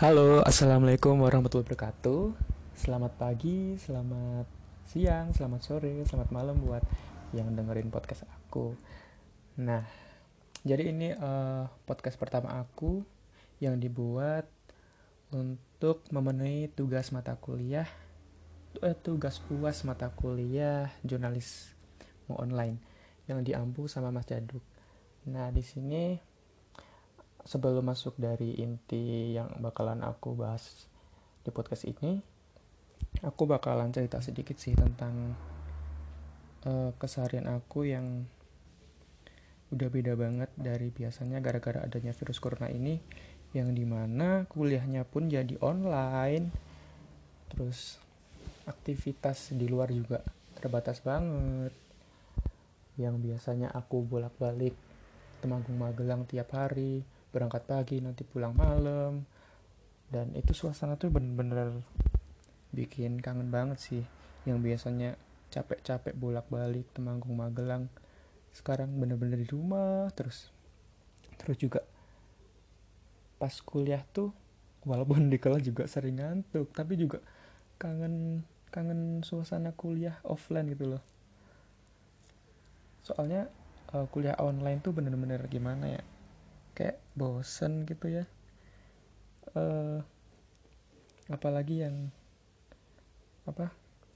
Halo, assalamualaikum warahmatullahi wabarakatuh. Selamat pagi, selamat siang, selamat sore, selamat malam buat yang dengerin podcast aku. Nah, jadi ini podcast pertama aku yang dibuat untuk memenuhi tugas mata kuliah, tugas UAS mata kuliah jurnalis online yang diampu sama Mas Jaduk. Nah, di sini sebelum masuk dari inti yang bakalan aku bahas di podcast ini, aku bakalan cerita sedikit sih tentang keseharian aku yang udah beda banget dari biasanya gara-gara adanya virus corona ini, yang dimana kuliahnya pun jadi online, terus aktivitas di luar juga terbatas banget. Yang biasanya aku bolak-balik Temanggung Magelang tiap hari, berangkat pagi nanti pulang malam, dan itu suasana tuh bener-bener bikin kangen banget sih. Yang biasanya capek-capek bolak-balik Temanggung Magelang, sekarang bener-bener di rumah terus juga pas kuliah tuh, walaupun di kelas juga sering ngantuk, tapi juga kangen kangen suasana kuliah offline gitu loh. Soalnya kuliah online tuh bener-bener gimana ya, kayak bosen gitu ya. Eh, Apalagi yang apa,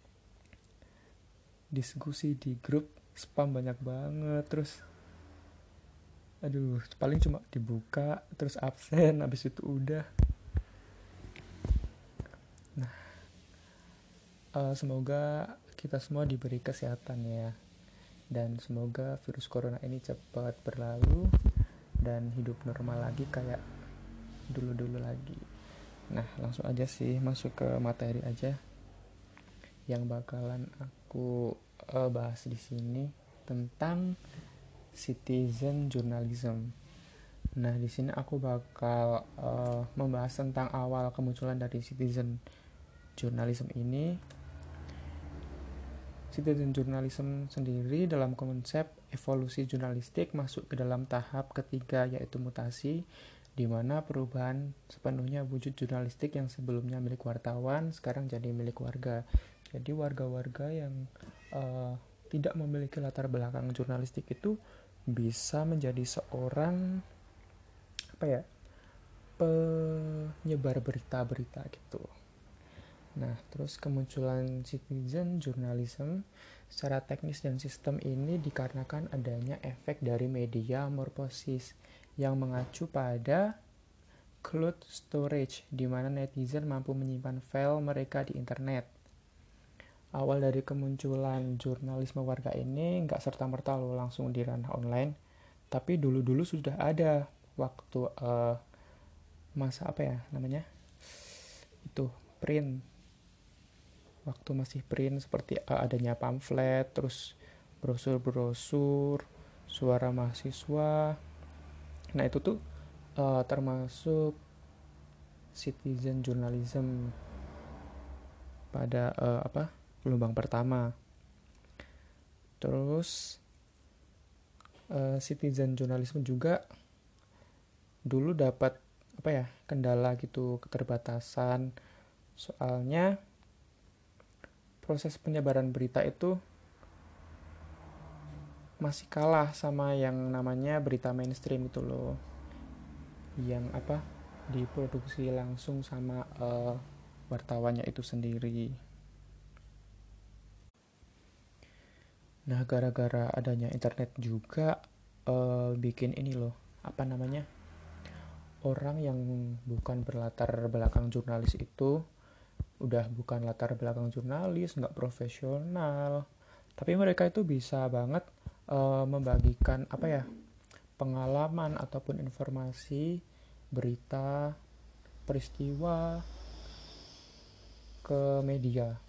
diskusi di grup spam banyak banget, terus aduh paling cuma dibuka terus absen habis itu udah. Semoga kita semua diberi kesehatan ya, dan semoga virus corona ini cepat berlalu dan hidup normal lagi kayak dulu-dulu lagi. Nah, langsung aja sih masuk ke materi aja yang bakalan aku bahas di sini, tentang citizen journalism. Nah, di sini aku bakal membahas tentang awal kemunculan dari citizen journalism ini. Citizen journalism sendiri dalam konsep evolusi jurnalistik masuk ke dalam tahap ketiga, yaitu mutasi, di mana perubahan sepenuhnya wujud jurnalistik yang sebelumnya milik wartawan sekarang jadi milik warga. Jadi warga-warga yang tidak memiliki latar belakang jurnalistik itu bisa menjadi seorang apa ya, penyebar berita-berita gitu. Nah, terus kemunculan citizen journalism secara teknis dan sistem ini dikarenakan adanya efek dari media morfosis yang mengacu pada cloud storage, di mana netizen mampu menyimpan file mereka di internet. Awal dari kemunculan jurnalisme warga ini nggak serta-merta lo langsung di ranah online, tapi dulu-dulu sudah ada waktu masa apa ya namanya, itu print, waktu masih print, seperti adanya pamflet, terus brosur-brosur, suara mahasiswa. Nah, itu tuh termasuk citizen journalism pada gelombang pertama. Terus citizen journalism juga dulu dapat apa ya, kendala gitu, keterbatasan. Soalnya proses penyebaran berita itu masih kalah sama yang namanya berita mainstream itu loh, yang apa, diproduksi langsung sama wartawannya itu sendiri. Nah, gara-gara adanya internet juga bikin ini loh, apa namanya, orang yang bukan berlatar belakang jurnalis itu, udah bukan latar belakang jurnalis, nggak profesional, tapi mereka itu bisa banget membagikan apa ya, pengalaman ataupun informasi, berita, peristiwa ke media.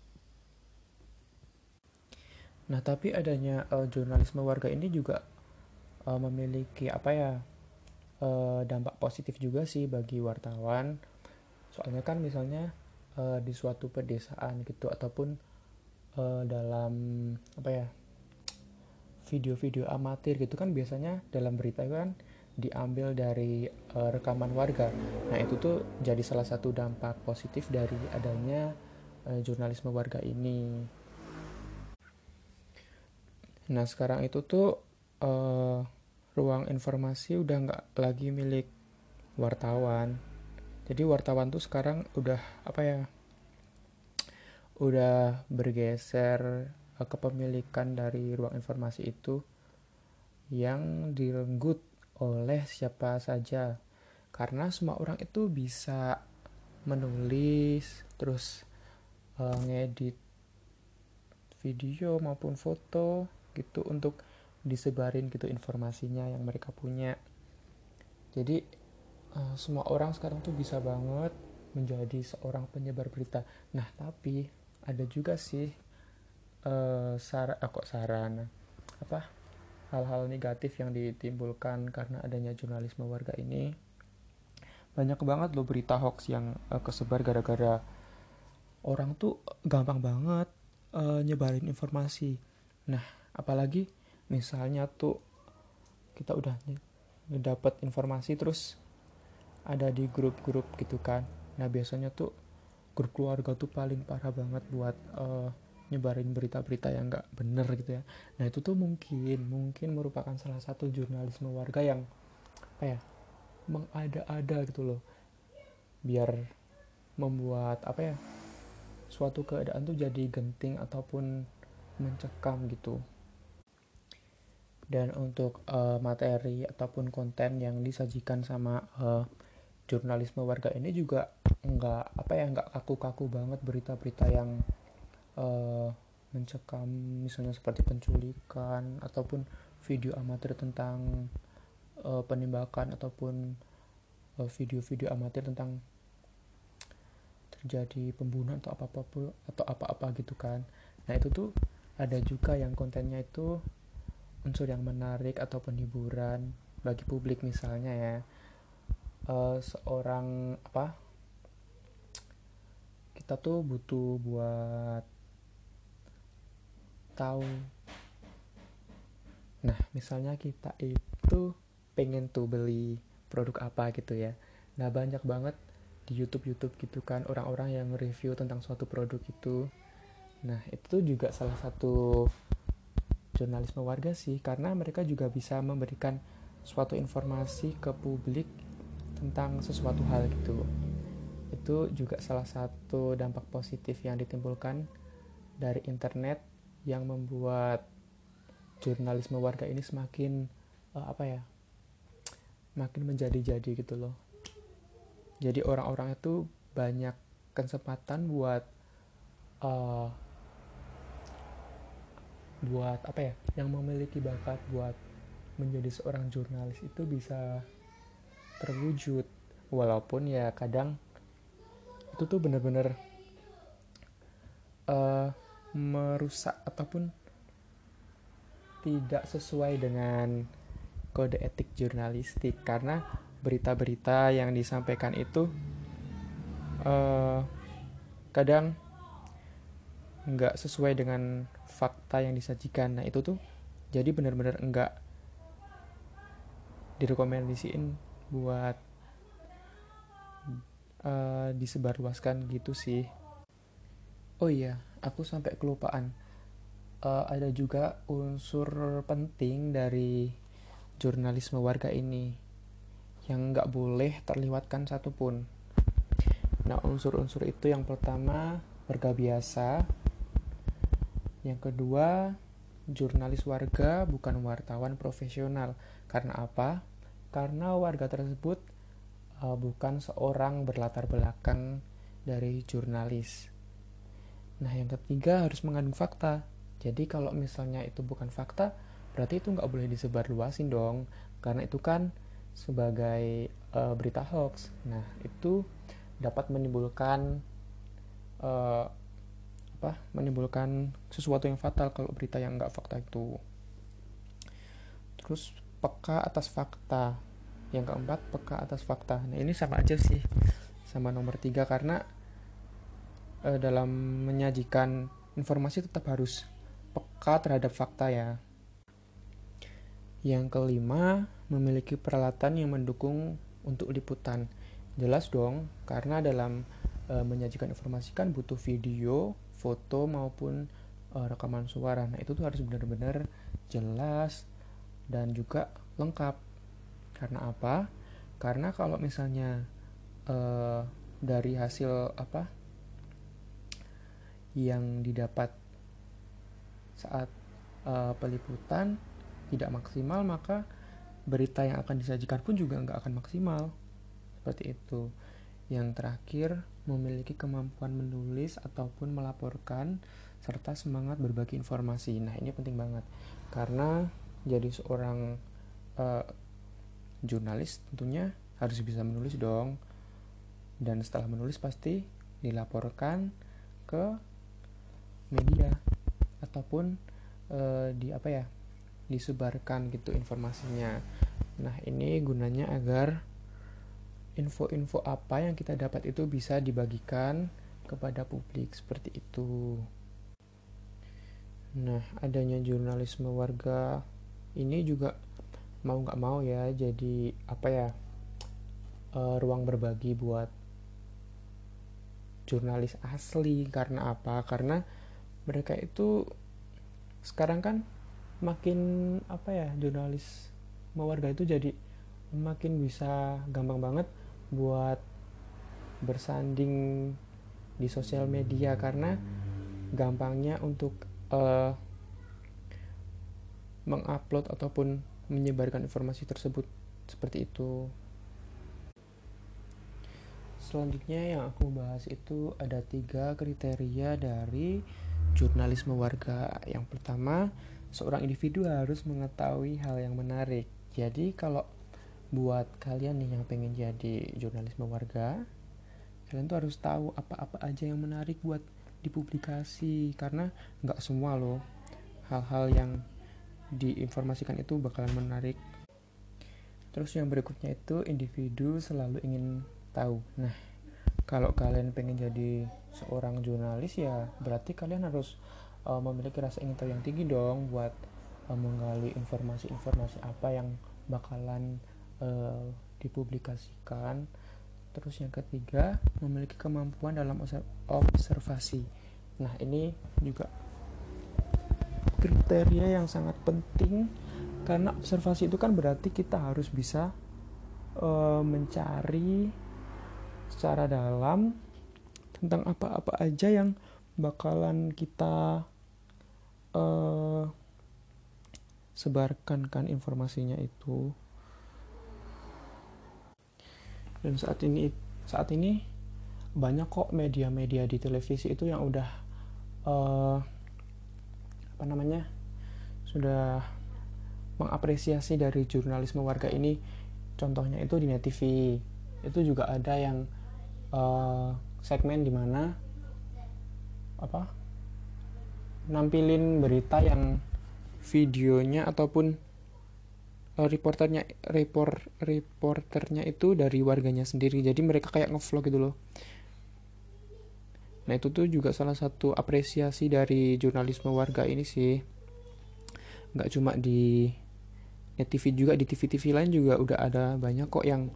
Nah, tapi adanya jurnalisme warga ini juga memiliki apa ya, dampak positif juga sih bagi wartawan. Soalnya kan misalnya di suatu pedesaan gitu, ataupun dalam apa ya, video-video amatir gitu kan, biasanya dalam berita kan diambil dari rekaman warga. Nah, itu tuh jadi salah satu dampak positif dari adanya jurnalisme warga ini. Nah, sekarang itu tuh eh, ruang informasi udah nggak lagi milik wartawan. Jadi wartawan tuh sekarang udah apa ya? Udah bergeser kepemilikan dari ruang informasi itu yang direnggut oleh siapa saja. Karena semua orang itu bisa menulis, terus ngedit video maupun foto gitu untuk disebarin gitu informasinya yang mereka punya. Jadi semua orang sekarang tuh bisa banget menjadi seorang penyebar berita. Nah, tapi ada juga sih saran apa hal-hal negatif yang ditimbulkan karena adanya jurnalisme warga ini. Banyak banget loh berita hoax yang kesebar gara-gara orang tuh gampang banget nyebarin informasi. Nah, apalagi misalnya tuh kita udah dapat informasi terus ada di grup-grup gitu kan. Nah, biasanya tuh grup keluarga tuh paling parah banget buat nyebarin berita-berita yang nggak bener gitu ya. Nah, itu tuh mungkin merupakan salah satu jurnalisme warga yang apa ya, mengada-ada gitu loh, biar membuat apa ya, suatu keadaan tuh jadi genting ataupun mencekam gitu. Dan untuk materi ataupun konten yang disajikan sama jurnalisme warga ini juga nggak kaku-kaku banget berita-berita yang uh, mencekam, misalnya seperti penculikan ataupun video amatir tentang penembakan ataupun video-video amatir tentang terjadi pembunuhan atau apa-apa gitu kan. Nah, itu tuh ada juga yang kontennya itu unsur yang menarik ataupun hiburan bagi publik, misalnya ya seorang apa, kita tuh butuh buat tahu. Nah, misalnya kita itu pengen tuh beli produk apa gitu ya. Nah, banyak banget di YouTube gitu kan orang-orang yang review tentang suatu produk itu. Nah, itu juga salah satu jurnalisme warga sih, karena mereka juga bisa memberikan suatu informasi ke publik tentang sesuatu hal gitu. Itu juga salah satu dampak positif yang ditimbulkan dari internet yang membuat jurnalisme warga ini semakin apa ya, makin menjadi-jadi gitu loh. Jadi orang-orang itu banyak kesempatan uh, buat apa ya, yang memiliki bakat buat menjadi seorang jurnalis itu bisa terwujud. Walaupun ya kadang itu tuh bener-bener merusak ataupun tidak sesuai dengan kode etik jurnalistik, karena berita-berita yang disampaikan itu kadang nggak sesuai dengan fakta yang disajikan. Nah, itu tuh jadi benar-benar nggak direkomendasiin buat disebarluaskan gitu sih. Oh iya, aku sampai kelupaan. Ada juga unsur penting dari jurnalisme warga ini yang nggak boleh terlewatkan satupun. Nah, unsur-unsur itu yang pertama warga biasa, yang kedua jurnalis warga bukan wartawan profesional. Karena apa? Karena warga tersebut bukan seorang berlatar belakang dari jurnalis. Nah, yang ketiga harus mengandung fakta. Jadi kalau misalnya itu bukan fakta, berarti itu nggak boleh disebarluasin dong, karena itu kan sebagai berita hoax. Nah, itu dapat menimbulkan menimbulkan sesuatu yang fatal kalau berita yang nggak fakta itu. Terus peka atas fakta. Yang keempat, peka atas fakta. Nah, ini sama aja sih sama nomor 3, karena dalam menyajikan informasi tetap harus peka terhadap fakta ya. Yang kelima, memiliki peralatan yang mendukung untuk liputan. Jelas dong, karena dalam menyajikan informasi kan butuh video, foto maupun rekaman suara. Nah, itu tuh harus benar-benar jelas dan juga lengkap. Karena apa? Karena kalau misalnya dari hasil yang didapat saat peliputan tidak maksimal, maka berita yang akan disajikan pun juga nggak akan maksimal. Seperti itu. Yang terakhir, memiliki kemampuan menulis ataupun melaporkan serta semangat berbagi informasi. Nah, ini penting banget karena jadi seorang jurnalis tentunya harus bisa menulis dong, dan setelah menulis pasti dilaporkan ke media ataupun disebarkan gitu informasinya. Nah, ini gunanya agar info-info apa yang kita dapat itu bisa dibagikan kepada publik, seperti itu. Nah, adanya jurnalisme warga ini juga mau nggak mau ya jadi ruang berbagi buat jurnalis asli. Karena apa? Karena mereka itu sekarang kan makin jurnalis warga itu jadi makin bisa gampang banget buat bersanding di sosial media karena gampangnya untuk mengupload ataupun menyebarkan informasi tersebut, seperti itu. Selanjutnya yang aku bahas itu ada 3 kriteria dari jurnalisme warga. Yang pertama, seorang individu harus mengetahui hal yang menarik. Jadi kalau buat kalian nih yang pengen jadi jurnalisme warga, kalian tuh harus tahu apa-apa aja yang menarik buat dipublikasi, karena nggak semua loh hal-hal yang diinformasikan itu bakalan menarik. Terus yang berikutnya itu individu selalu ingin tahu. Nah, kalau kalian pengen jadi seorang jurnalis ya berarti kalian harus memiliki rasa ingin tahu yang tinggi dong buat menggali informasi-informasi apa yang bakalan dipublikasikan. Terus yang ketiga, memiliki kemampuan dalam observasi. Nah, ini juga kriteria yang sangat penting karena observasi itu kan berarti kita harus bisa mencari secara dalam tentang apa-apa aja yang bakalan kita sebarkan kan informasinya itu. Dan saat ini banyak kok media-media di televisi itu yang udah sudah mengapresiasi dari jurnalisme warga ini. Contohnya itu di Net TV itu juga ada yang segmen dimana nampilin berita yang videonya ataupun reporternya itu dari warganya sendiri, jadi mereka kayak ngevlog gitu loh. Nah, itu tuh juga salah satu apresiasi dari jurnalisme warga ini sih. Nggak cuma di Net TV, juga di TV-TV lain juga udah ada banyak kok yang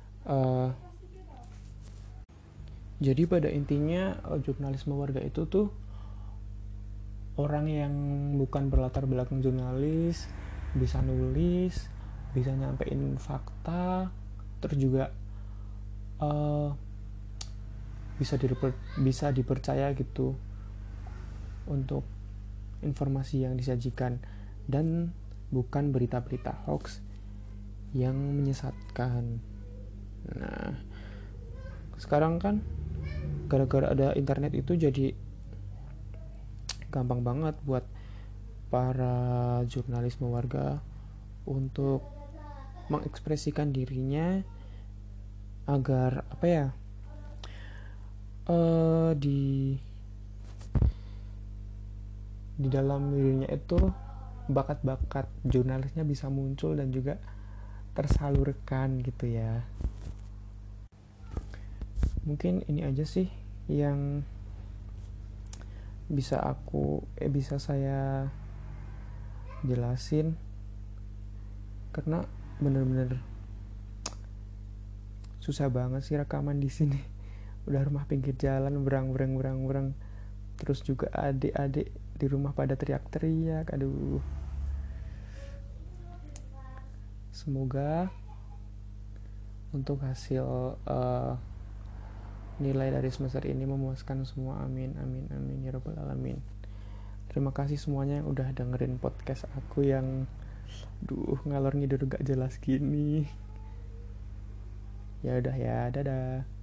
jadi pada intinya jurnalisme warga itu tuh orang yang bukan berlatar belakang jurnalis bisa nulis, bisa nyampein fakta, terus juga bisa dipercaya gitu untuk informasi yang disajikan, dan bukan berita-berita hoax yang menyesatkan. Nah, sekarang kan gara-gara ada internet itu jadi gampang banget buat para jurnalis warga untuk mengekspresikan dirinya agar di dalam dirinya itu bakat-bakat jurnalisnya bisa muncul dan juga tersalurkan gitu ya. Mungkin ini aja sih yang bisa saya jelasin karena bener-bener susah banget sih rekaman di sini. Udah rumah pinggir jalan, berang. Terus juga adik-adik di rumah pada teriak-teriak. Aduh. Semoga untuk hasil nilai dari semester ini memuaskan semua. Amin ya rabbal alamin. Terima kasih semuanya yang udah dengerin podcast aku yang ngalor ngidul gak jelas gini. Ya udah ya, dadah.